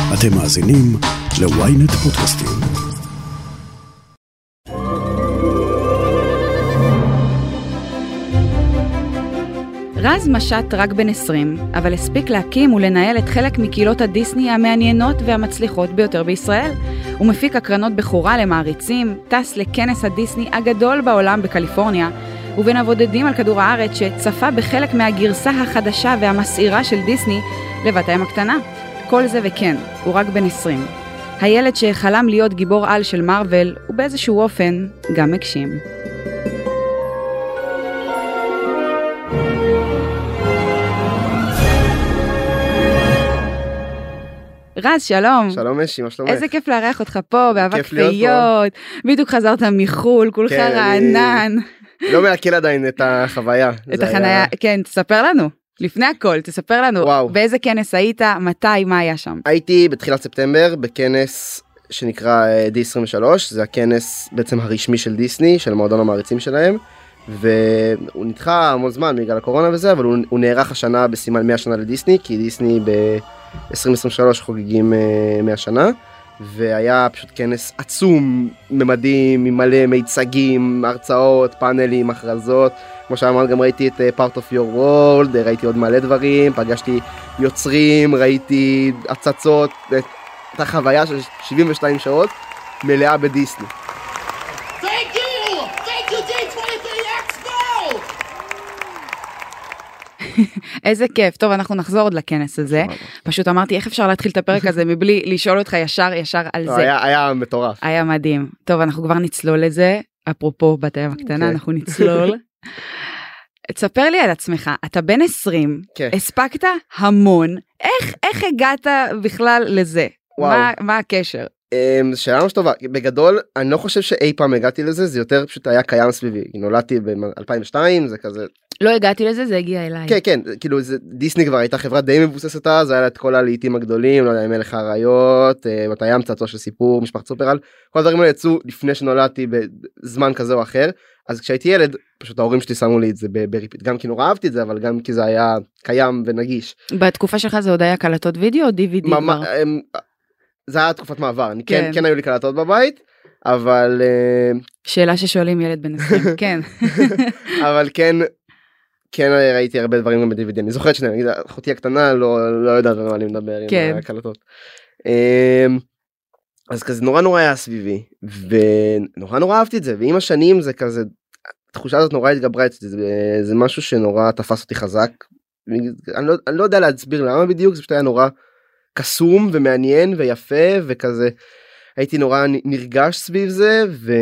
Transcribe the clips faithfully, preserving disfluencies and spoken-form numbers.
אתם מאזינים ל-ynet פודקאסטים. רז משת רק בן עשרים, אבל הספיק להקים ולנהל את חלק מקהילות הדיסני המעניינות והמצליחות ביותר בישראל. הוא מפיק הקרנות בחורה למעריצים, טס לכנס הדיסני הגדול בעולם בקליפורניה, ובין הבודדים על כדור הארץ שצפה בחלק מהגרסה החדשה והמסעירה של דיסני לבת הים הקטנה. כל זה וכן, הוא רק בן עשרים. הילד שחלם להיות גיבור על של מארוול, ובאיזשהו אופן גם הגשים. רז, שלום. שלום משי, מה שלומך? איזה כיף לארח אותך פה, באבק פיות. בדיוק חזרת מחול, כולך רענן. לא מעכל עדיין את החוויה. את החניה, כן, תספר לנו. לפני הכל, תספר לנו. באיזה כנס היית, מתי, מה היה שם? הייתי בתחילת ספטמבר בכנס שנקרא די עשרים ושלוש, זה הכנס בעצם הרשמי של דיסני, של מועדון המעריצים שלהם, והוא נדחה המון זמן בגלל הקורונה וזה, אבל הוא, הוא נערך השנה בסימן מאה שנה לדיסני, כי דיסני ב-עשרים עשרים ושלוש חוגגים מאה שנה, והיה פשוט כנס עצום, ממדים, עם מלא מיצגים, הרצאות, פאנלים, הכרזות. כמו שאמרת, גם ראיתי את Part of Your World, ראיתי עוד מלא דברים, פגשתי יוצרים, ראיתי הצצות, את החוויה של שבעים ושתיים שעות מלאה בדיסני. Thank you! Thank you, די עשרים ושלוש Expo! איזה כיף. טוב, אנחנו נחזור עוד לכנס הזה. פשוט אמרתי, איך אפשר להתחיל את הפרק הזה מבלי לשאול אותך ישר ישר על זה. היה, היה מטורף. היה מדהים. טוב, אנחנו כבר נצלול לזה. אפרופו בת הים הקטנה, okay. אנחנו נצלול. תספר לי על עצמך, אתה בן עשרים, okay. הספקת המון. איך, איך הגעת בכלל לזה? מה, מה הקשר? זו שאלה ממש טובה. בגדול, אני לא חושב שאי פעם הגעתי לזה, זה יותר פשוט היה קיים סביבי. נולדתי ב-אלפיים ושתיים, זה כזה... לא הגעתי לזה, זה הגיע אליי. כן, כן, כאילו זה, דיסני כבר הייתה חברה די מבוססת, אז היה לה את כל הלעיתים הגדולים, לא יודע, מלך האריות, בת הים, צעצוע של סיפור, משפחת סופרל, כל הדברים האלה יצאו לפני שנולדתי בזמן כזה או אחר, אז כשהייתי ילד, פשוט ההורים שלי שמו לי את זה בריפיט, גם כי נורא אהבתי את זה, אבל גם כי זה היה קיים ונגיש. בתקופה שלך זה עוד היה קלטות וידאו או די וי די כבר? זה היה תקופת מעבר, אני כן, כן היו לי קלטות בבית, אבל... שאלה ששואלים ילד בן עשרים, כן. אבל כן, כן ראיתי הרבה דברים גם ב-די וי די, אני זוכרת שאני, נגיד, אחותי הקטנה לא, לא יודעת על מה אני מדבר עם הקלטות. אז כזה נורא נורא היה סביבי, ונורא נורא אהבתי את זה, ועם השנים זה כזה, התחושה הזאת נורא התגברה אצלי, זה, זה משהו שנורא תפס אותי חזק, אני לא, אני לא יודע להסביר למה בדיוק, זה פשוט היה נורא קסום ומעניין ויפה, וכזה הייתי נורא נרגש סביב זה, ו...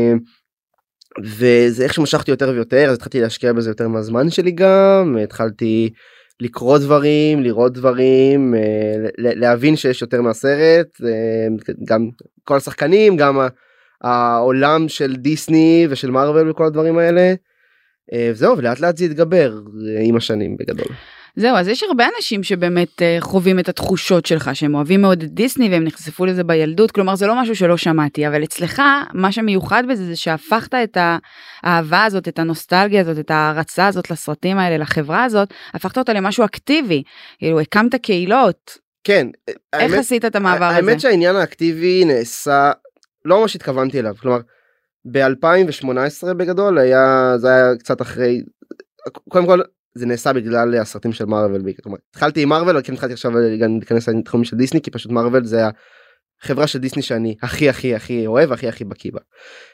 וזה איך שמשכתי יותר ויותר, אז התחלתי להשקיע בזה יותר מהזמן שלי גם, התחלתי לקרוא דברים, לראות דברים, להבין שיש יותר מהסרט, גם כל השחקנים, גם העולם של דיסני ושל מארוול וכל הדברים האלה, וזהו, ולאט לאט זה יתגבר עם השנים בגדול. זהו, אז יש הרבה אנשים שבאמת חווים את התחושות שלך, שהם אוהבים מאוד את דיסני והם נחשפו לזה בילדות, כלומר זה לא משהו שלא שמעתי, אבל אצלך מה שמיוחד בזה זה שהפכת את האהבה הזאת, את הנוסטלגיה הזאת, את ההרצה הזאת לסרטים האלה, לחברה הזאת, הפכת אותה למשהו אקטיבי, כאילו הקמת קהילות. כן. איך עשית את המעבר הזה? האמת שהעניין האקטיבי נעשה, לא ממש התכוונתי אליו, כלומר, ב-אלפיים ושמונה עשרה בגדול, היה, זה היה קצת אחרי, קודם כל, זה נעשה בגלל הסרטים של מארוול. התחלתי עם מארוול, אבל כן התחלתי עכשיו להיכנס לתחומים של דיסני, כי פשוט מארוול זה החברה של דיסני שאני הכי הכי הכי אוהב, הכי הכי בקיא בה.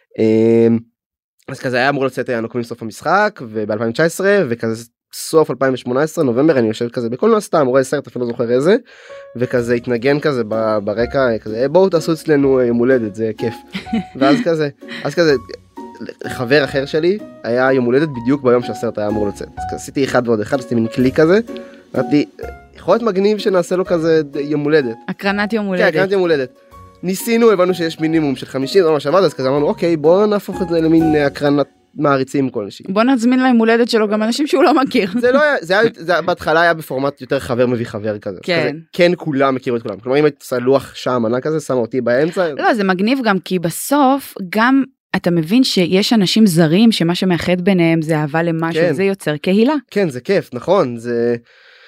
אז כזה היה אמור לצאת הנוקמים סוף המשחק, וב-אלפיים תשע עשרה, וכזה סוף אלפיים ושמונה עשרה, נובמבר, אני יושב כזה בכל נושא סתם, רואה סרט, אפילו לא זוכר איזה, וכזה התנגן כזה ברקע, כזה, בואו תעשו אצלנו יום הולדת, זה כיף. ואז כזה, אז כזה, חבר אחר שלי היה יום הולדת בדיוק ביום שהסרט היה אמור לצאת. אז עשיתי אחד ועוד אחד, עשיתי מין קליק כזה, אמרתי, יכול להיות מגניב שנעשה לו כזה יום הולדת. הקרנת יום הולדת. כן, הקרנת יום הולדת. ניסינו, הבנו שיש מינימום של חמישים, לא ממש עבד, אז כזה אמרנו, אוקיי, בואו נהפוך את זה למין הקרנת מעריצים כל אנשים. בוא נזמין להם הולדת שלו גם אנשים שהוא לא מכיר. זה לא היה, זה היה, זה בהתחלה היה בפורמט יותר חבר מביא חבר כזה. כן. כזה, כן, כולם מכירו את כולם. כלומר, אם היית עושה לוח שעה מנה כזה, שמה אותי באמצע. לא, זה מגניב גם כי בסוף גם אתה מבין שיש אנשים זרים שמה שמאחד ביניהם זה אהבה למשהו, כן. זה יוצר קהילה. כן, זה כיף, נכון, זה...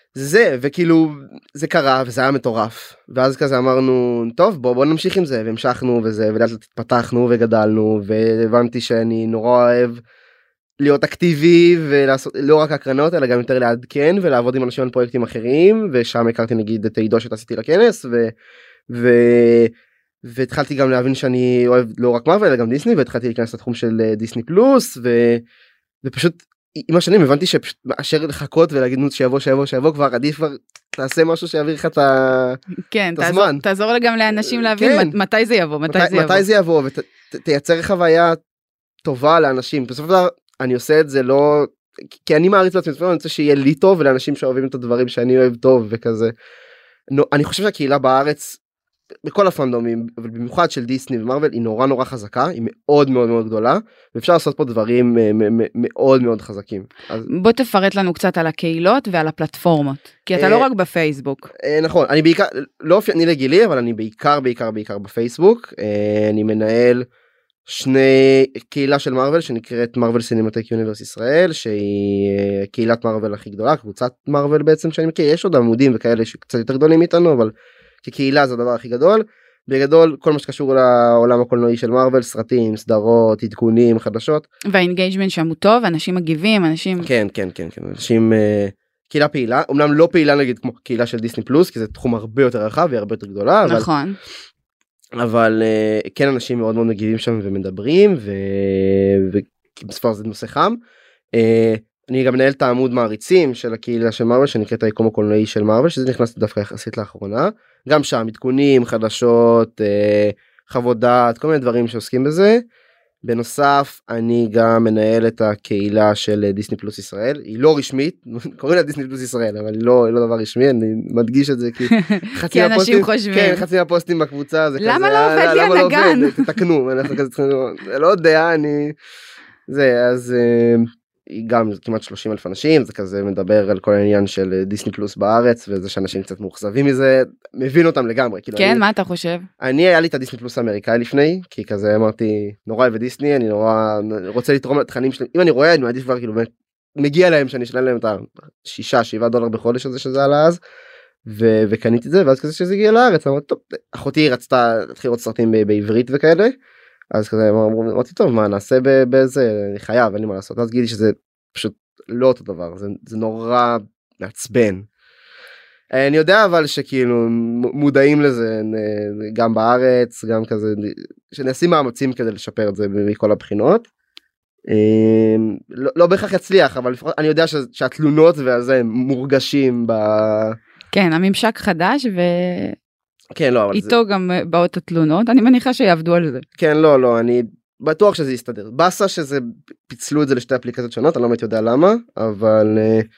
זה, וכאילו, זה קרה, וזה היה מטורף. ואז כזה אמרנו, טוב, בוא, בוא נמשיך עם זה, והמשכנו וזה, ולאט לאט התפתחנו וגדלנו, והבנתי שאני נורא אוהב להיות אקטיבי, ולעשות, לא רק הקרנות, אלא גם יותר לעדכן, ולעבוד עם אנשים על פרויקטים אחרים, ושם הכרתי נגיד את עידו שעשיתי לכנס, ו... ו... והתחלתי גם להבין שאני אוהב לא רק מארוול, אלא גם דיסני, והתחלתי להיכנס לתחום של דיסני פלוס, ו... ופשוט עם השנים הבנתי שפשוט מאשר לחכות ולהגיד נו שיבוא שיבוא שיבוא כבר עדיף כבר תעשה משהו שיעביר לך את הזמן. תעזור גם לאנשים להבין מתי זה יבוא, מתי זה יבוא, ותייצר חוויה טובה לאנשים. בסופו של דבר אני עושה את זה לא, כי אני מעריץ בעצמי, אני רוצה שיהיה לי טוב ולאנשים שאוהבים את הדברים שאני אוהב טוב וכזה. אני חושב שהקהילה בארץ, בכל הפנדומים, אבל במיוחד של דיסני ומרוול, היא נורא נורא חזקה, היא מאוד מאוד מאוד גדולה, ואפשר לעשות פה דברים מאוד מאוד חזקים. בוא תפרט לנו קצת על הקהילות ועל הפלטפורמות, כי אתה לא רק בפייסבוק. נכון, אני בעיקר, לא אופייני לגילי, אבל אני בעיקר בעיקר בעיקר בפייסבוק, אני מנהל שני, קהילה של מארוול, שנקראת מארוול סינמטק יוניברס ישראל, שהיא קהילת מארוול הכי גדולה, קבוצת מארוול בעצם שאני מכיר, יש עוד עמודים וכאלה שקצת יותר גדולים איתנו, אבל כקהילה זה הדבר הכי גדול. בגדול כל מה שקשור לעולם הקולנועי של מארוול, סרטים, סדרות, עדכונים, חדשות. והאינגייג'מנט שם הוא טוב, אנשים מגיבים, אנשים... כן, כן, כן, כן. אנשים, קהילה פעילה, אומנם לא פעילה נגיד כמו קהילה של דיסני פלוס, כי זה תחום הרבה יותר רחב והרבה יותר גדולה. נכון. אבל, אבל כן, אנשים מאוד מאוד מגיבים שם ומדברים, ובספר זה נושא חם. אני גם מנהל את העמוד מעריצים של הקהילה של מארוול, שנקראת היקום הקולנועי של מארוול, שזה נכנס דווקא יחסית לאחרונה. גם שם עדכונים, חדשות, חוות דעת, כל מיני דברים שעוסקים בזה. בנוסף, אני גם מנהל את הקהילה של דיסני פלוס ישראל. היא לא רשמית, קוראים לה דיסני פלוס ישראל, אבל היא לא, היא לא דבר רשמי, אני מדגיש את זה כי כי אנשים חושבים. כן, חצי מהפוסטים בקבוצה, זה כזה, למה לא עובד לי הנגן? תתקנו, אנחנו כזה צריכים, לא יודע, אני... זה, אז... היא גם כמעט שלושים אלף אנשים, זה כזה מדבר על כל העניין של דיסני פלוס בארץ, וזה שאנשים קצת מאוכזבים מזה, מבין אותם לגמרי. כן, אני, מה אתה חושב? אני, היה לי את הדיסני פלוס האמריקאי לפני, כי כזה אמרתי, נורא אוהב דיסני, אני נורא רוצה לתרום לתכנים שלהם, אם אני רואה, אני מעדיף כבר כאילו, מגיע להם שאני אשלם להם את השישה, שבעה דולר בחודש הזה שזה עלה אז, ו- וקניתי את זה, ואז כזה שזה הגיע לארץ, אמרתי, טוב, אחותי רצתה להתחיל לראות סרטים ב- בעברית וכאלה, אז כזה אמרתי, טוב, מה נעשה באיזה, אני חייב, אין לי מה לעשות, אז גידי שזה פשוט לא אותו דבר, זה, זה נורא מעצבן. אני יודע אבל שכאילו מודעים לזה גם בארץ, גם כזה, שנעשים מאמצים כדי לשפר את זה מכל הבחינות. לא, לא בהכרח יצליח, אבל לפחות אני יודע שהתלונות והזה מורגשים ב... כן, הממשק חדש ו... כן, לא, אבל איתו זה... גם באות התלונות, אני מניחה שיעבדו על זה. כן, לא, לא, אני בטוח שזה יסתדר. בסה שזה פיצלו את זה לשתי אפליקציות שונות, אני לא באמת יודע למה, אבל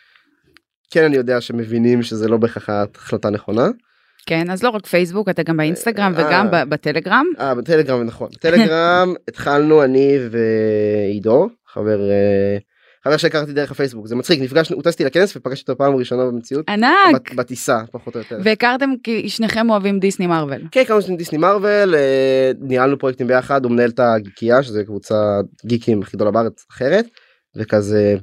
כן, אני יודע שמבינים שזה לא בהכרח החלטה נכונה. כן, אז לא רק פייסבוק, אתה גם באינסטגרם וגם בטלגרם. אה, בטלגרם, נכון. בטלגרם התחלנו אני ועידו, חבר... חבר שהכרתי דרך הפייסבוק, זה מצחיק, נפגשנו, הוא טסתי לכנס ופגשתי אותו פעם ראשונה במציאות. ענק! בטיסה, פחות או יותר. והכרתם כי שניכם אוהבים דיסני מארוול. כן, הכרנו שני דיסני מארוול, ניהלנו פרויקטים ביחד, הוא מנהל את הגיקייה, שזה קבוצה גיקים הכי גדולה בארץ אחרת, וכזה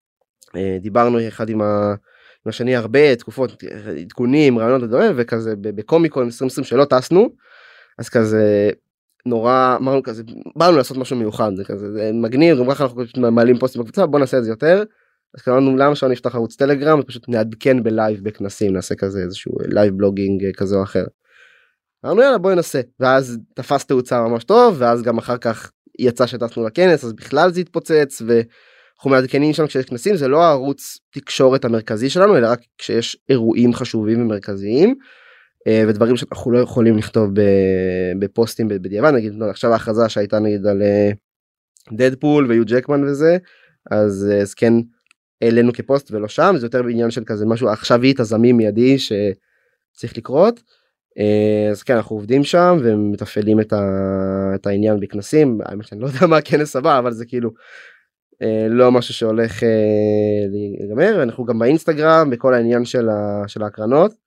דיברנו אחד עם השני הרבה, תקופות, עדכונים, רעיונות ודברים, וכזה בקומיקון עשרים עשרים שלא טסנו, אז כזה... נורא, אמרנו כזה, באנו לעשות משהו מיוחד, זה כזה, זה מגניב, גם ככה אנחנו מעלים פוסטים בקבוצה, בוא נעשה את זה יותר, אז קראנו למה שאני אפתח ערוץ טלגרם, ופשוט נעדכן בלייב בכנסים, נעשה כזה איזשהו לייב בלוגינג כזה או אחר. אמרנו יאללה בואי נעשה, ואז תפס תאוצה ממש טוב, ואז גם אחר כך יצא שטסנו לכנס, אז בכלל זה התפוצץ, ואנחנו מעדכנים שם כשיש כנסים, זה לא הערוץ תקשורת המרכזי שלנו, אלא רק כשיש אירועים חשובים ומרכזיים, ודברים שאנחנו לא יכולים לכתוב בפוסטים בדיעבד, נגיד עכשיו ההכרזה שהייתה נגיד על דדפול ויו ג'קמן וזה, אז, אז כן העלינו כפוסט ולא שם, זה יותר בעניין של כזה משהו עכשווי, תזמי מיידי שצריך לקרות, אז כן אנחנו עובדים שם ומתפעלים את, ה, את העניין בכנסים, האמת שאני לא יודע מה הכנס הבא, אבל זה כאילו לא משהו שהולך להיגמר, ואנחנו גם באינסטגרם בכל העניין של, ה, של ההקרנות,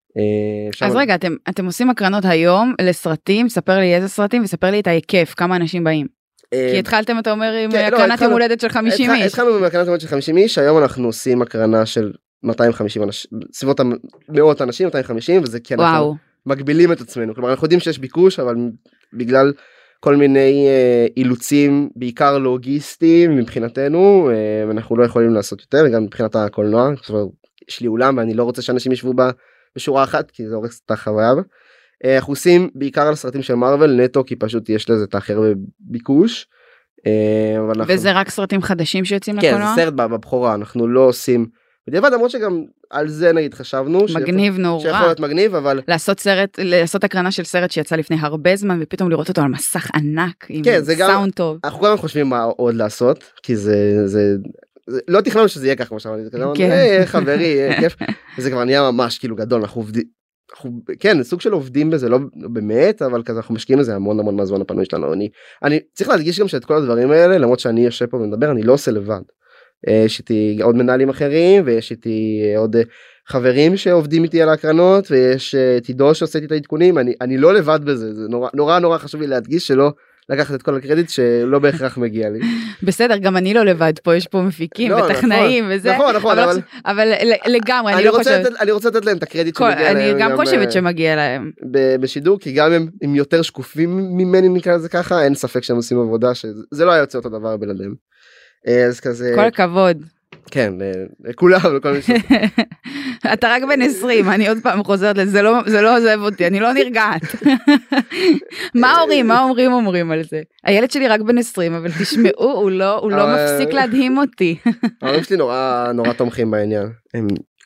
אז רגע, אתם, אתם עושים הקרנות היום לסרטים, ספר לי איזה סרטים וספר לי את ההיקף, כמה אנשים באים. כי התחלתם, אתה אומר, עם הקרנת יום הולדת של חמישים איש. התחלנו עם הקרנת יום הולדת של חמישים איש, היום אנחנו עושים הקרנה של מאתיים וחמישים אנשים, סביבות מאות אנשים, מאתיים וחמישים, וזה כי אנחנו וואו. מגבילים את עצמנו, כלומר אנחנו יודעים שיש ביקוש, אבל בגלל כל מיני אילוצים, בעיקר לוגיסטיים מבחינתנו, אנחנו לא יכולים לעשות יותר, גם מבחינת הקולנוע, יש לי אולם ואני לא רוצה שאנשים ישבו בשורה אחת, כי זה הורס את החוויה. אנחנו עושים בעיקר על סרטים של מארוול נטו, כי פשוט יש לזה את האחר בביקוש. וזה רק סרטים חדשים שיוצאים לקולנוע? לקולנוע? כן, זה סרט בבחורה, אנחנו לא עושים, בדיעבד, למרות שגם על זה נגיד חשבנו, מגניב נורא, שיכול להיות מגניב, אבל לעשות סרט, לעשות הקרנה של סרט שיצא לפני הרבה זמן, ופתאום לראות אותו על מסך ענק, עם סאונד טוב. אנחנו גם חושבים מה עוד לעשות, כי זה, זה, לא תכננו שזה יהיה ככה, כמו שאמרתי, זה כזה, חברי, כיף, וזה כבר נהיה ממש כאילו גדול, אנחנו עובדים, כן, סוג של עובדים בזה, לא באמת, אבל כזה אנחנו משקיעים בזה המון המון מהזמן הפנוי שלנו. אני, אני צריך להדגיש גם שאת כל הדברים האלה, למרות שאני יושב פה ומדבר, אני לא עושה לבד. יש איתי עוד מנהלים אחרים, ויש איתי עוד חברים שעובדים איתי על ההקרנות, ויש את עידו שעושה איתי את העדכונים, אני, אני לא לבד בזה, זה נורא, נורא נורא חשוב לי להדגיש שלא לקחת את כל הקרדיט שלא בהכרח מגיע לי. בסדר, גם אני לא לבד פה, יש פה מפיקים וטכנאים וזה. נכון, נכון, אבל... אבל לגמרי, אני לא חושבת... אני רוצה לתת להם את הקרדיט שמגיע להם. אני גם חושבת שמגיע להם. בשידור, כי גם הם יותר שקופים ממני, נקרא לזה ככה, אין ספק שהם עושים עבודה, שזה לא היה יוצא אותו דבר בלעדיהם. אז כזה... כל הכבוד. כן, לכולם, לכל מי ש... אתה רק בן עשרים, אני עוד פעם חוזרת לזה, זה לא עוזב אותי, אני לא נרגעת. מה ההורים, מה ההורים אומרים על זה? הילד שלי רק בן עשרים, אבל תשמעו, הוא לא מפסיק להדהים אותי. ההורים שלי נורא תומכים בעניין. הם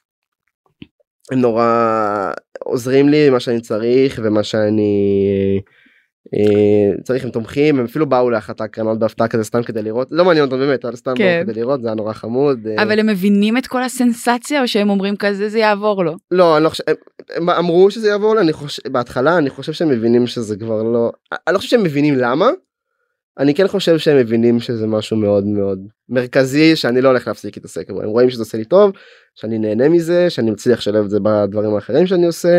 נורא עוזרים לי מה שאני צריך, ומה שאני... צריך, הם תומכים, הם אפילו באו לאחת ההקרנות בהפתעה כזה סתם כדי לראות, לא מעניין אותם באמת, אבל סתם באו כדי לראות, זה היה נורא חמוד. אבל הם מבינים את כל הסנסציה, או שהם אומרים כזה, זה יעבור לו? לא, אני לא חושב, הם אמרו שזה יעבור לו, בהתחלה אני חושב שהם מבינים שזה כבר לא, אני לא חושב שהם מבינים למה, אני כן חושב שהם מבינים שזה משהו מאוד מאוד מרכזי, שאני לא הולך להפסיק להתעסק בו, הם רואים שזה עושה לי טוב, שאני נהנה מזה, שאני מצליח לשלב את זה בדברים האחרים שאני עושה,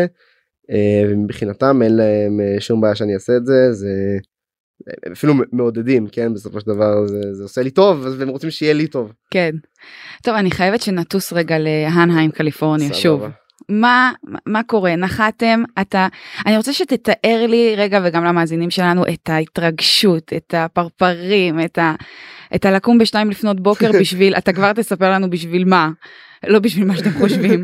ומבחינתם אין להם שום בעיה שאני אעשה את זה, זה אפילו מעודדים, כן, בסופו של דבר זה, זה עושה לי טוב, והם רוצים שיהיה לי טוב. כן. טוב, אני חייבת שנטוס רגע להנהיים, קליפורניה, שוב. מה, מה קורה? נחתם, אתה, אני רוצה שתתאר לי רגע, וגם למאזינים שלנו, את ההתרגשות, את הפרפרים, את ה, את הלקום בשתיים לפנות בוקר בשביל, אתה כבר תספר לנו בשביל מה, לא בשביל מה שאתם חושבים.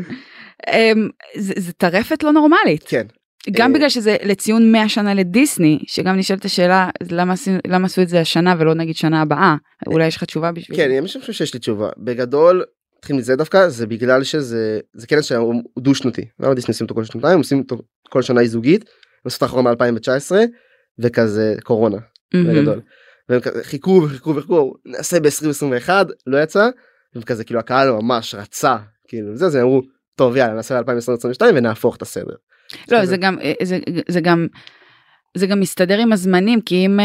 זה, זה טרפת לא נורמלית. כן. גם בגלל שזה לציון מאה שנה לדיסני, שגם נשאלת השאלה, למה, למה עשו את זה השנה ולא נגיד שנה הבאה? אולי יש לך תשובה בשביל? כן, אני חושב שיש לי תשובה. בגדול, תתחיל מזה דווקא, זה בגלל שזה, זה כנס שהוא דו-שנתי. למה דיסני עושים אותו כל שנתיים? עושים אותו כל שנה היא זוגית, הם עשו את האחרונה מ-אלפיים תשע עשרה, וכזה קורונה, בגדול. והם חיכו וחיכו וחיכו, נעשה ב-עשרים עשרים ואחת, לא יצא, וכזה כאילו הקהל ממש רצה, כאילו זה, זה אמרו, טוב יאללה, נעשה ב-אלפיים עשרים ושתיים ונהפוך את הסדר. לא, זה גם, זה, זה גם, זה גם מסתדר עם הזמנים, כי אם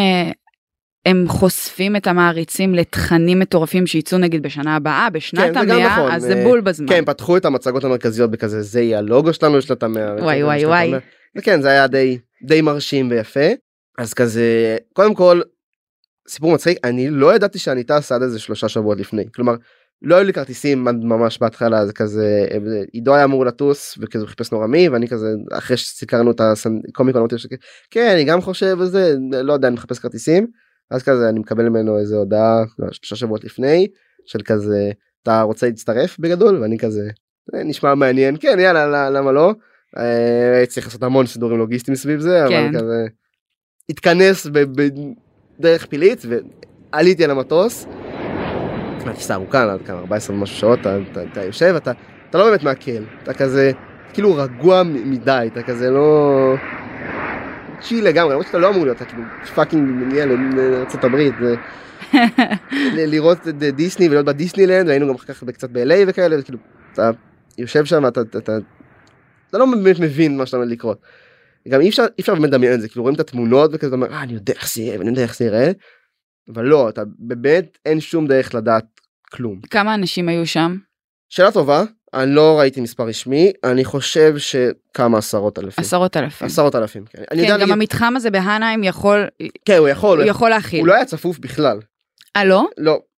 הם חושפים את המעריצים לתכנים מטורפים שיצאו נגיד בשנה הבאה, בשנת המאה, אז זה בול בזמן. כן, פתחו את המצגות המרכזיות בכזה, זה יהיה הלוגו שלנו, יש את המאה. וואי וואי וואי. וכן, זה היה די, די מרשים ויפה. אז כזה, קודם כל, סיפור מצחיק, אני לא ידעתי שאני טס עד איזה שלושה שבועות לפני. כלומר, לא היו לי כרטיסים ממש בהתחלה, זה כזה, עידו היה אמור לטוס, וכזה חיפש נורא מי, ואני כזה, אחרי שסיקרנו את הקומיקון, אמרתי שכן, כן, אני גם חושב וזה, לא יודע, אני מחפש כרטיסים, אז כזה, אני מקבל ממנו איזה הודעה, שלושה שבועות לפני, של כזה, אתה רוצה להצטרף בגדול? ואני כזה, נשמע מעניין, כן, יאללה, למה לא? צריך לעשות המון סידורים לוגיסטיים סביב זה, אבל כזה, התכנס בדרך פילית, ועליתי על המטוס, טיסה ארוכה, ארבע עשרה ומשהו שעות, אתה יושב, אתה לא באמת מעכל, אתה כזה, כאילו רגוע מדי, אתה כזה לא... צ'יל לגמרי, למרות שאתה לא אמור להיות, אתה כאילו פאקינג מגיע לארצות הברית, לראות את דיסני ולהיות בדיסנילנד, והיינו גם אחר כך קצת ב-אל איי וכאלה, וכאילו, אתה יושב שם, אתה לא באמת מבין מה שאתה עומד לקרות. גם אי אפשר באמת לדמיין את זה, כאילו רואים את התמונות וכזה, אתה אומר, אה, אני יודע איך זה יהיה, ואני יודע איך זה יראה, אבל לא, אתה באמת אין שום דרך לדעת כלום. כמה אנשים היו שם? שאלה טובה, אני לא ראיתי מספר רשמי, אני חושב שכמה עשרות אלפים. עשרות אלפים. עשרות אלפים, כן. כן, גם להגיד... המתחם הזה בהנהיים יכול... כן, הוא יכול. הוא יכול להכיל. הוא לא היה צפוף בכלל. אה, לא? לא,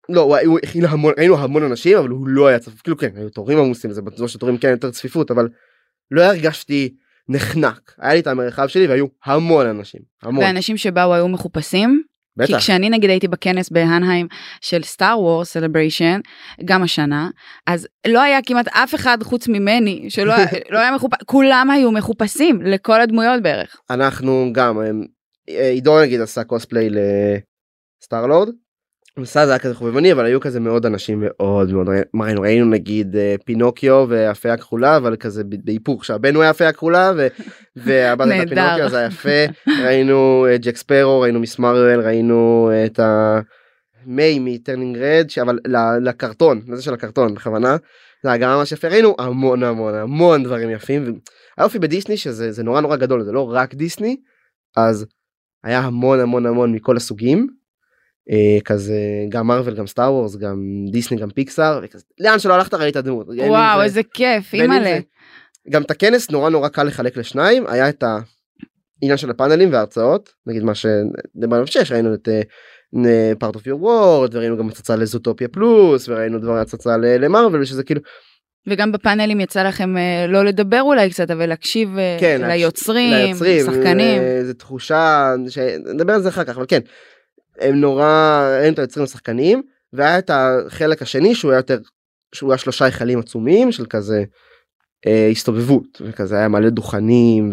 לא, הוא הכיל המון, היינו המון אנשים, אבל הוא לא היה צפוף, כאילו כן, היו תורים עמוסים, זה בטוח שתורים כן יותר צפיפות, אבל לא הרגשתי נחנק, היה לי את המרחב שלי, והיו המון אנשים, המון. ואנשים שבאו היו מחופשים? בטח. כי כשאני נגיד הייתי בכנס בהנהיים של סטאר וור סלבריישן, גם השנה, אז לא היה כמעט אף אחד חוץ ממני, שלא לא היה מחופש, כולם היו מחופשים, לכל הדמויות בערך. אנחנו גם, עידו נגיד עשה קוספליי לסטאר לורד, המסע זה היה כזה חובבני, אבל היו כזה מאוד אנשים מאוד מאוד, ראינו, ראינו נגיד פינוקיו והפיה הכחולה, אבל כזה בהיפוך, שהבן הוא היה הפיה הכחולה, והבת הייתה פינוקיו, זה היה יפה, ראינו ג'ק ספרו, ראינו מיס מרוויל, ראינו את המיי מטרנינג רד, אבל לקרטון, לזה של הקרטון, בכוונה, זה היה גם ממש יפה, ראינו המון המון המון דברים יפים, והיופי בדיסני שזה נורא נורא גדול, זה לא רק דיסני, אז היה המון המון המון מכל הסוגים, Uh, כזה גם מרוול גם סטאר וורס גם דיסני גם פיקסאר וכזה, לאן שלא הלכת ראית דמות. וואו זה, איזה כיף אימא'לה. גם את הכנס נורא נורא קל לחלק לשניים, היה את העניין של הפאנלים וההרצאות, נגיד מה שדברנו שש, ראינו את uh, part of your world וראינו גם הצצה לזוטופיה פלוס וראינו דבר הצצה למרוול ושזה כאילו. וגם בפאנלים יצא לכם uh, לא לדבר אולי קצת אבל להקשיב uh, כן, ליוצרים, ליוצרים שחקנים. Uh, זו תחושה שנדבר על זה אחר כך אבל כן. הם נורא, הם את היוצרים השחקנים, והיה את החלק השני שהוא היה יותר, שהוא היה שלושה היכלים עצומים של כזה אה, הסתובבות, וכזה היה מלא דוכנים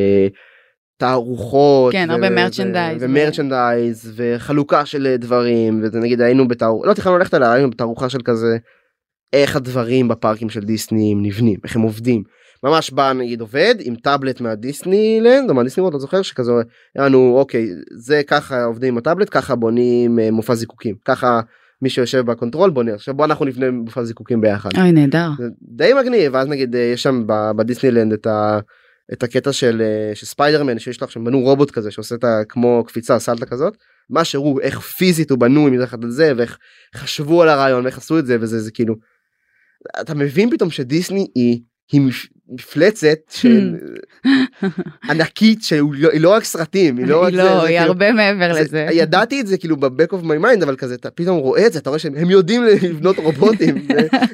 ותערוכות. כן, ו- הרבה מרצ'נדייז. ומרצ'נדייז, וחלוקה של דברים, וזה נגיד היינו בתערוכה, לא תכננו ללכת עליה, היינו בתערוכה של כזה, איך הדברים בפארקים של דיסני נבנים, איך הם עובדים. ממש בא נגיד עובד עם טאבלט מהדיסנילנד או מהדיסני וורלד, לא זוכר שכזה היה לנו אוקיי זה ככה עובדים עם הטאבלט, ככה בונים מופע זיקוקים, ככה מי שיושב בקונטרול בונה, עכשיו בוא אנחנו נבנה מופע זיקוקים ביחד. אוי נהדר. זה די מגניב, ואז נגיד יש שם בדיסנילנד את, ה, את הקטע של, של ספיידרמן שיש לך שם בנו רובוט כזה שעושה את כמו קפיצה סלטה כזאת, מה שראו איך פיזית הוא בנוי מתחת לזה ואיך חשבו על הרעיון ואיך עשו את זה וזה זה כאילו, אתה מבין פתאום שדיסני היא היא מפלצת של ענקית שהיא לא רק סרטים, היא לא רק זה, היא הרבה מעבר לזה. ידעתי את זה כאילו ב-back of my mind, אבל כזה אתה פתאום רואה את זה, אתה רואה שהם יודעים לבנות רובוטים.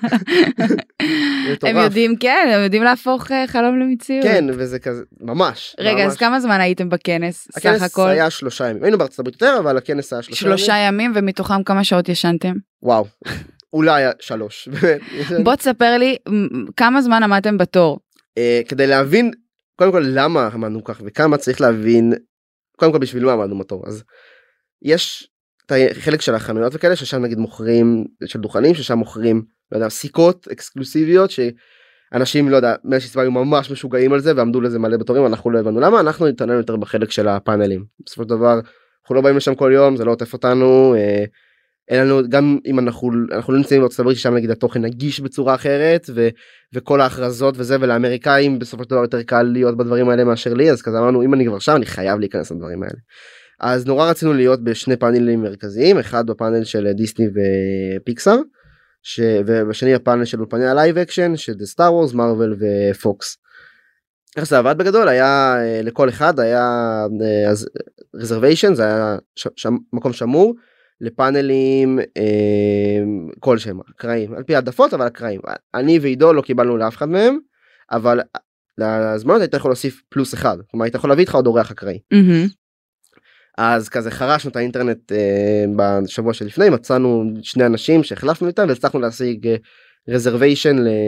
הם יודעים, כן, הם יודעים להפוך חלום למציאות. כן, וזה כזה, ממש. רגע, אז כמה זמן הייתם בכנס? הכנס היה שלושה ימים, היינו בארצות הברית יותר, אבל הכנס היה שלושה ימים. שלושה ימים, ומתוכם כמה שעות ישנתם? וואו. אולי שלוש. בוא תספר לי כמה זמן עמדתם בתור. כדי להבין קודם כל למה עמדנו כך וכמה צריך להבין קודם כל בשביל מה עמדנו בתור. אז יש חלק של החנויות וכאלה ששם נגיד מוכרים של דוכנים ששם מוכרים לא יודע סיכות אקסקלוסיביות שאנשים לא יודע מאלה שהיו ממש משוגעים על זה ועמדו לזה מלא בתורים, אנחנו לא הבנו למה, אנחנו נתעניין יותר בחלק של הפאנלים. בסופו של דבר אנחנו לא באים לשם כל יום, זה לא עוטף אותנו. אין לנו, גם אם אנחנו, אנחנו לא נמצאים בארצות הברית ששם נגיד התוכן נגיש בצורה אחרת ו, וכל ההכרזות וזה, ולאמריקאים בסופו של דבר יותר קל להיות בדברים האלה מאשר לי, אז כזה אמרנו אם אני כבר שם אני חייב להיכנס לדברים האלה. אז נורא רצינו להיות בשני פאנלים מרכזיים, אחד בפאנל של דיסני ופיקסאר, ש, ובשני הפאנל של אולפני הלייב אקשן של סטאר וורס, מרוול ופוקס. איך זה עבד בגדול, היה לכל אחד היה אז reservation, זה היה ש, ש, מקום שמור, לפאנלים אה, כלשהם, הקראים, על פי העדפות אבל הקראים, אני ועידו לא קיבלנו לאף אחד מהם, אבל לזמנות היית יכול להוסיף פלוס אחד, כלומר היית יכול להביא איתך עוד אורח אקראי. Mm-hmm. אז כזה חרשנו את האינטרנט אה, בשבוע שלפני, מצאנו שני אנשים שהחלפנו איתם והצלחנו להשיג רזרוויישן ל...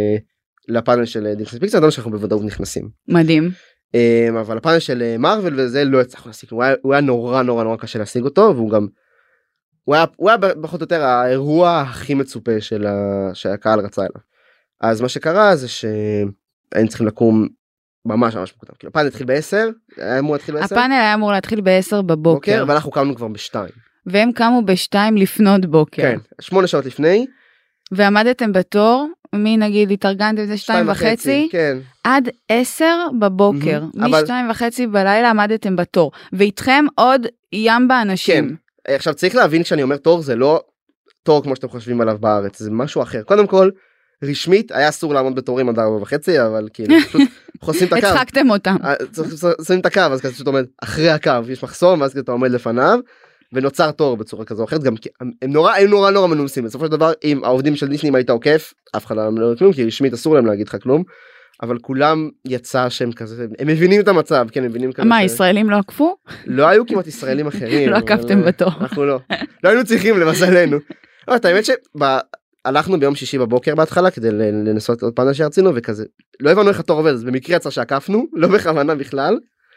לפאנל של דיסני פיקסאר, זה מה שאנחנו בוודאות נכנסים. מדהים. אה, אבל הפאנל של מרוול וזה לא הצלחנו להשיג, הוא היה, הוא היה נורא נורא נורא קשה להשיג אותו, והוא גם הוא היה, הוא היה פחות או יותר האירוע הכי מצופה של ה... שהקהל רצה אליו. אז מה שקרה זה שהיינו צריכים לקום ממש ממש מוקדם. כאילו הפאנל התחיל בעשר, היה אמור להתחיל בעשר. הפאנל היה אמור להתחיל בעשר בבוקר. ואנחנו קמנו כבר בשתיים. והם קמו בשתיים לפנות בוקר. כן, שמונה שעות לפני. ועמדתם בתור, מי נגיד התארגנתם זה שתיים וחצי, כן. עד עשר בבוקר. משתיים וחצי בלילה עמדתם בתור. ואיתכם עוד ים באנשים. כן. עכשיו צריך להבין כשאני אומר תור זה לא תור כמו שאתם חושבים עליו בארץ, זה משהו אחר. קודם כל רשמית היה אסור לעמוד בתורים עד ארבע וחצי, אבל כאילו פשוט חוסים את הקו. הצחקתם אותם. שמים את הקו, אז אתה פשוט עומד אחרי הקו, יש מחסום, ואז אתה עומד לפניו, ונוצר תור בצורה כזו או אחרת, גם הם נורא, הם נורא נורא מנומסים, בסופו של דבר, אם העובדים של דיסני, אם היית עוקף, אף אחד לא אומר כלום, כי רשמית אסור להם להגיד לך כלום, אבל כולם יצא שהם כזה, הם מבינים את המצב, כן, הם מבינים כזה. מה, ישראלים לא עקפו? לא היו כמעט ישראלים אחרים. לא עקפתם בתור. אנחנו לא. לא היינו צריכים למזלנו. לא, את האמת שהלכנו ביום שישי בבוקר בהתחלה, כדי לנסות עוד פאנל שרצינו, וכזה, לא הבנו איך התור עובד, אז במקרה יצא שעקפנו, לא בכוונה בכלל.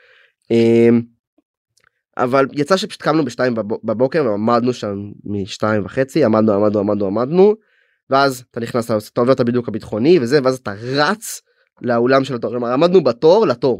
אבל יצא שפשוט קמנו בשתיים בבוקר, ועמדנו שם משתיים וחצי, עמדנו, עמדנו, עמדנו, עמדנו, ואז אתה נכנס, אתה עובר את הבידוק הביטחוני וזה, ואז אתה רץ לאולם של התור, כלומר, עמדנו בתור לתור.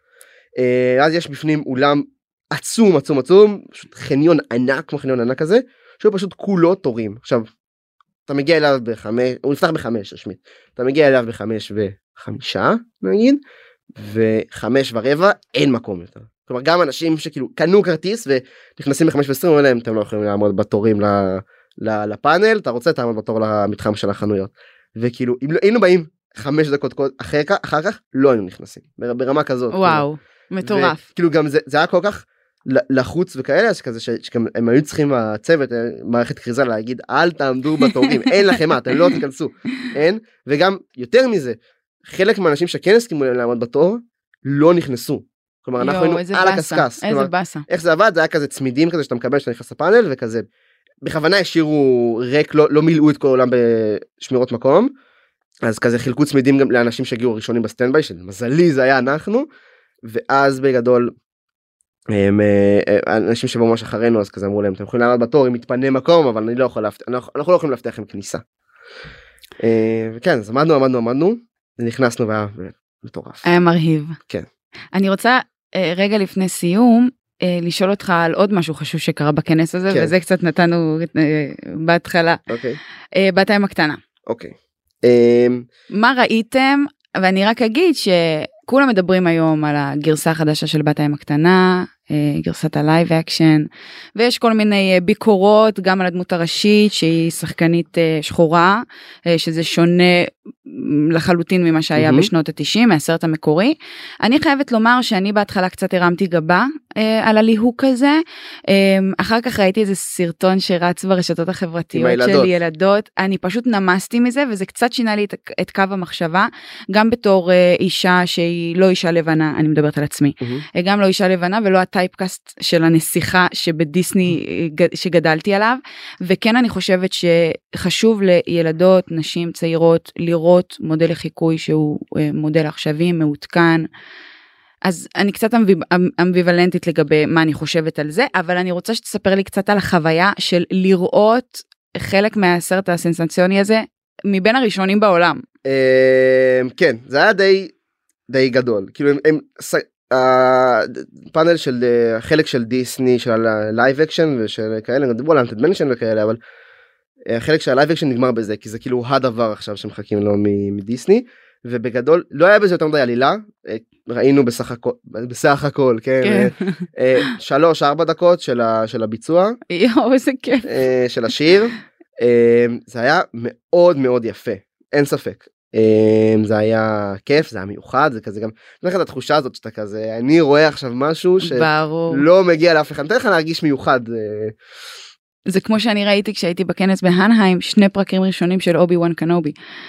אז יש בפנים אולם עצום, עצום, עצום, פשוט חניון ענק, כמו חניון ענק כזה, שהוא פשוט כולו תורים. עכשיו, אתה מגיע אליו בחמש, הוא נפתח בחמש, רשמית. אתה מגיע אליו בחמש וחמישה, נגיד, וחמש ורבע, אין מקום יותר. כלומר, גם אנשים שכאילו קנו כרטיס ונכנסים בחמש ועשרים, אומרים להם, אתם לא יכולים לעמוד בתורים לפאנל, אתה רוצה, תעמוד בתור למתחם של החנויות. וכאילו, אם היינו באים חמש דקות אחר כך, אחר כך לא היינו נכנסים, ברמה כזאת. וואו, מטורף. כאילו גם זה, זה היה כל כך לחוץ וכאלה, אז כזה שהם היו צריכים הצוות, מערכת כריזה להגיד, אל תעמדו בתורים, אין לכם מה, אתם לא תיכנסו, אין, וגם יותר מזה, חלק מהאנשים שכן הסכימו להם לעמוד בתור, לא נכנסו. כלומר, אנחנו היינו על הקסקס. איזה בסה. איך זה עבד? זה היה כזה צמידים כזה שאתה מקבל, שאתה נכנס לפאנל, וכזה, בכוונה השאירו ריק, לא, לא מילאו את כל העולם בשמירות מקום, אז כזה חילקו צמידים גם לאנשים שהגיעו ראשונים בסטנדביי, שמזלי זה היה אנחנו, ואז בגדול, הם, אנשים שבאו ממש אחרינו, אז כזה אמרו להם, אתם יכולים לעמוד בתור, אם מתפנה מקום, אבל אני לא יכול להפתח, אנחנו לא יכולים להפתח עם כניסה. וכן, אז עמדנו, עמדנו, עמדנו, ונכנסנו והיה מטורף. היה מרהיב. כן. אני רוצה רגע לפני סיום, לשאול אותך על עוד משהו חשוב שקרה בכנס הזה, וזה קצת נתנו בהתחלה. אוקיי. בת הים הקטנה. אוקיי. מה ראיתם? ואני רק אגיד שכולם מדברים היום על הגרסה החדשה של בת הים הקטנה, גרסת הלייב אקשן, ויש כל מיני ביקורות גם על הדמות הראשית שהיא שחקנית שחורה, שזה שונה לחלוטין ממה שהיה mm-hmm. בשנות ה-תשעים, מהסרט המקורי. אני חייבת לומר שאני בהתחלה קצת הרמתי גבה אה, על הליהוק הזה, אה, אחר כך ראיתי איזה סרטון שרץ ברשתות החברתיות של ילדות, אני פשוט נמסתי מזה, וזה קצת שינה לי את, את קו המחשבה, גם בתור אה, אישה שהיא לא אישה לבנה, אני מדברת על עצמי, mm-hmm. גם לא אישה לבנה ולא הטייפקאסט של הנסיכה שבדיסני mm-hmm. שגדלתי עליו, וכן אני חושבת שחשוב לילדות, נשים צעירות, לראות מודל לחיקוי שהוא מודל עכשווי, מעודכן. אז אני קצת אמביוולנטית לגבי מה אני חושבת על זה, אבל אני רוצה שתספר לי קצת על החוויה של לראות חלק מהסרט הסנסציוני הזה, מבין הראשונים בעולם. כן, זה היה די, די גדול. כאילו, הם, הפאנל של, חלק של דיסני, של הלייב אקשן ושל כאלה, דיברו על אנטד מנשן וכאלה, אבל החלק של הלייב אקשן נגמר בזה, כי זה כאילו הדבר עכשיו שמחכים לו מדיסני, ובגדול לא היה בזה יותר מדי עלילה, ראינו בסך הכל, בסך הכל, כן, שלוש, ארבע דקות של הביצוע, יואו, איזה כיף, של השיר, זה היה מאוד מאוד יפה, אין ספק, זה היה כיף, זה היה מיוחד, זה כזה גם, אני חושב את התחושה הזאת שאתה כזה, אני רואה עכשיו משהו שלא מגיע לאף אחד, נתן לך להרגיש מיוחד, זה כמו שאני ראיתי כשהייתי בכנס בהנהיים, שני פרקים ראשונים של אובי וואן קנובי.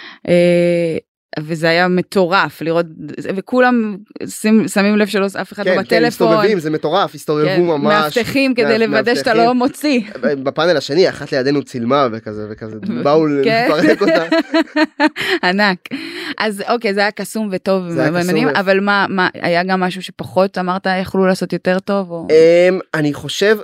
וזה היה מטורף לראות, וכולם שמים לב שלא אף אחד לא בטלפון. כן, הסתובבים, זה מטורף, הסתובבו ממש. מאבטחים כדי לוודא שאתה לא מוציא. בפאנל השני, אחת לידינו צילמה וכזה וכזה, באו לפרק אותה. ענק. אז אוקיי, זה היה קסום וטוב, אבל מה, היה גם משהו שפחות אמרת, יכלו לעשות יותר טוב? אני חושב,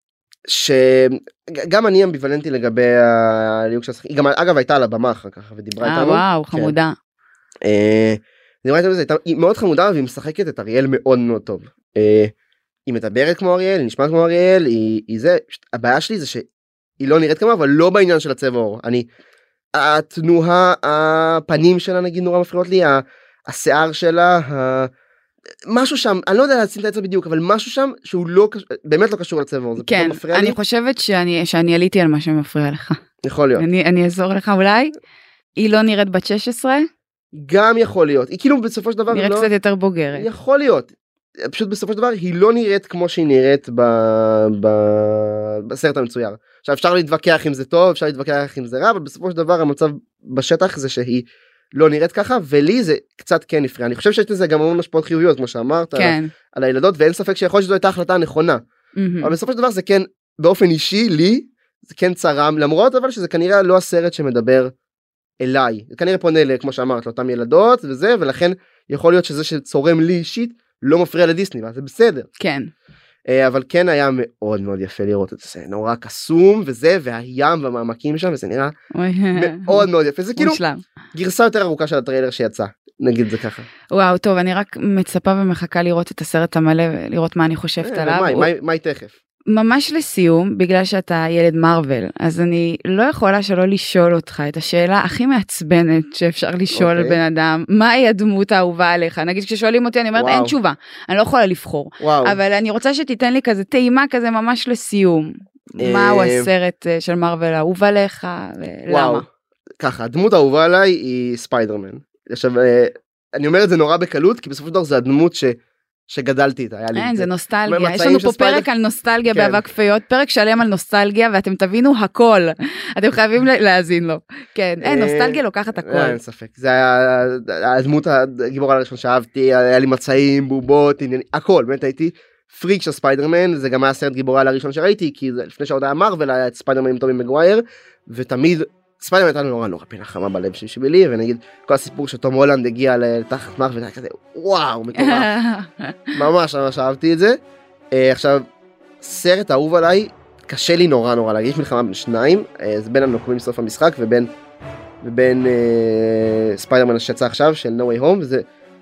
שגם אני אמביוולנטי לגבי הליהוק של השחקנית, היא גם אגב הייתה על הבמה אחר כך ודיברה איתנו. וואו, חמודה. דיברה איתנו, היא מאוד חמודה והיא משחקת את אריאל מאוד מאוד טוב. היא מדברת כמו אריאל, היא נשמעת כמו אריאל, היא זה, הבעיה שלי זה שהיא לא נראית כמה, אבל לא בעניין של הצבע עור. אני, התנועה, הפנים שלה נגיד נורא מפריעות לי, השיער שלה, משהו שם, אני לא יודע להציל את זה בדיוק, אבל משהו שם שהוא לא, באמת לא קשור לצבע, זה כן, פתאום מפריע לי. אני חושבת שאני, שאני עליתי על מה שמפריע לך. יכול להיות. אני, אני אעזור לך אולי. היא לא נראית בת שש עשרה? גם יכול להיות. היא כאילו בסופו של דבר נראית לא... קצת יותר בוגרת. יכול להיות. פשוט בסופו של דבר היא לא נראית כמו שהיא נראית ב... ב... בסרט המצויר. עכשיו אפשר להתווכח אם זה טוב, אפשר להתווכח אם זה רע, אבל בסופו של דבר המצב בשטח זה שהיא לא נראית ככה, ולי זה קצת כן הפריע. אני חושב שיש לזה גם המון השפעות חיוביות, כמו שאמרת, כן. על, על הילדות, ואין ספק שיכול שזו הייתה החלטה הנכונה. Mm-hmm. אבל בסופו של דבר זה כן, באופן אישי, לי, זה כן צרם, למרות אבל שזה כנראה לא הסרט שמדבר אליי. זה כנראה פונה, ל, כמו שאמרת, לאותן ילדות וזה, ולכן יכול להיות שזה שצורם לי אישית, לא מפריע לדיסני, וזה בסדר. כן. אבל כן היה מאוד מאוד יפה לראות את זה, נורא קסום וזה, והים והמעמקים שם, וזה נראה מאוד מאוד יפה, זה כאילו גרסה יותר ארוכה של הטריילר שיצא, נגיד זה ככה. וואו, טוב, אני רק מצפה ומחכה לראות את הסרט המלא, ולראות מה אני חושבת עליו. מה היא תכף? ממש לסיום, בגלל שאתה ילד מרוול, אז אני לא יכולה שלא לשאול אותך את השאלה הכי מעצבנת שאפשר לשאול על בן אדם, מהי הדמות האהובה עליך? נגיד כששואלים אותי, אני אומרת, אין תשובה, אני לא יכולה לבחור, אבל אני רוצה שתיתן לי כזה טעימה כזה ממש לסיום, מהו הסרט של מרוול האהוב עליך, ולמה? ככה, הדמות האהובה עליי היא ספיידרמן. עכשיו, אני אומר את זה נורא בקלות, כי בסופו של דבר זה הדמות ש... שגדלתי איתה, היה לי... אין, זה נוסטלגיה, יש לנו פה פרק על נוסטלגיה באבק פיות, פרק שלם על נוסטלגיה, ואתם תבינו הכל, אתם חייבים להאזין לו, כן, אין, נוסטלגיה לוקחת הכל. אין ספק, זה היה הדמות הגיבורה הראשון שאהבתי, היה לי מצעים, בובות, הכל, באמת הייתי פריק של ספיידרמן, זה גם היה סרט גיבורה הראשון שראיתי, כי לפני שעוד היה מרוול, היה את ספיידרמן עם טובי מגווייר, ותמיד ספיידרמן הייתה נורא נורא פינה חמה בלב שלי, ונגיד כל הסיפור שתום הולנד הגיע לתחת מרוול, וזה היה כזה וואו מטורף, ממש ממש אהבתי את זה. עכשיו סרט אהוב עליי, קשה לי נורא נורא להגיד, יש מלחמה בין שניים, זה בין הנוקמים סוף המשחק ובין ובין ספיידרמן שיצא עכשיו של No Way Home, זה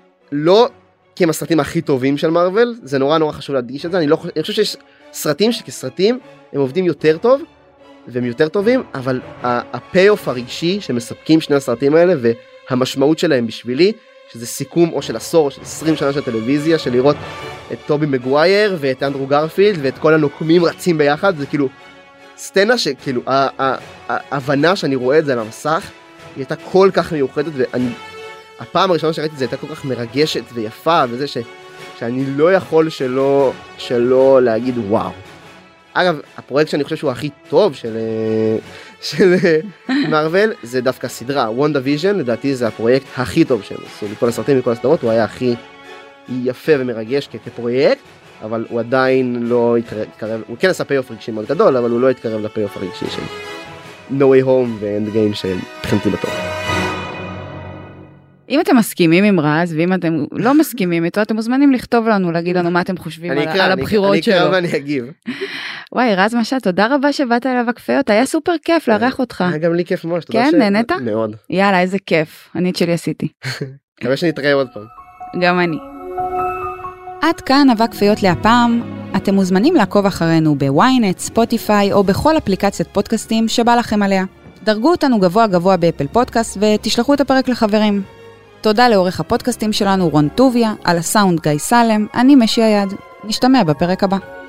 לא כי הם הסרטים הכי טובים של מרוול, זה נורא נורא חשוב להדגיש את זה, אני לא אני חושב שיש סרטים שכסרטים הם עובדים יותר טוב והם יותר טובים, אבל הפי-אוף הרגשי שמספקים שני הסרטים האלה, והמשמעות שלהם בשבילי, שזה סיכום או של עשור, או של עשרים שנה של טלוויזיה, של לראות את טובי מגווייר, ואת אנדרו גרפילד, ואת כל הנוקמים רצים ביחד, זה כאילו, סצנה שכאילו, ההבנה שאני רואה את זה על המסך, היא הייתה כל כך מיוחדת, והפעם הראשונה שראיתי את זה הייתה כל כך מרגשת ויפה, וזה ש, שאני לא יכול שלא, שלא להגיד וואו. אגב, הפרויקט שאני חושב שהוא הכי טוב של, של מרוול, זה דווקא סדרה, וונדה ויז'ן, לדעתי זה הפרויקט הכי טוב שהם עשו, מכל הסרטים, מכל הסדרות, הוא היה הכי יפה ומרגש כפרויקט, אבל הוא עדיין לא התקרב, הוא כן עשה פי-אוף רגשי מאוד גדול, אבל הוא לא התקרב לפי-אוף הרגשי של No Way Home ו-End Game שבחינתי בטוב. אם אתם מסכימים עם רז, ואם אתם לא מסכימים איתו, אתם מוזמנים לכתוב לנו, להגיד לנו מה אתם חושבים על, אקרא, על הבחירות אני שלו. אני אקרא ואני אגיב. וואי, רז משל, תודה רבה שבאת אליו הכפיות, היה סופר כיף לארח אותך. היה גם לי כיף ממש, כן, ש... נהנית? מאוד. יאללה, איזה כיף, אני את שלי עשיתי. מקווה שנתראה עוד פעם. גם אני. עד כאן אבק פיות להפעם, אתם מוזמנים לעקוב אחרינו בוויינט, ספוטיפיי או בכל אפליקציית פודקאסטים שבא לכם עליה. דרגו אותנו גבוה גבוה באפל פודקאסט ותשלחו את הפרק לחברים. תודה לעורך הפודקאסטים שלנו רון טוביה, על הסאונד גיא סלם, אני משי היד. נשתמע בפרק הבא.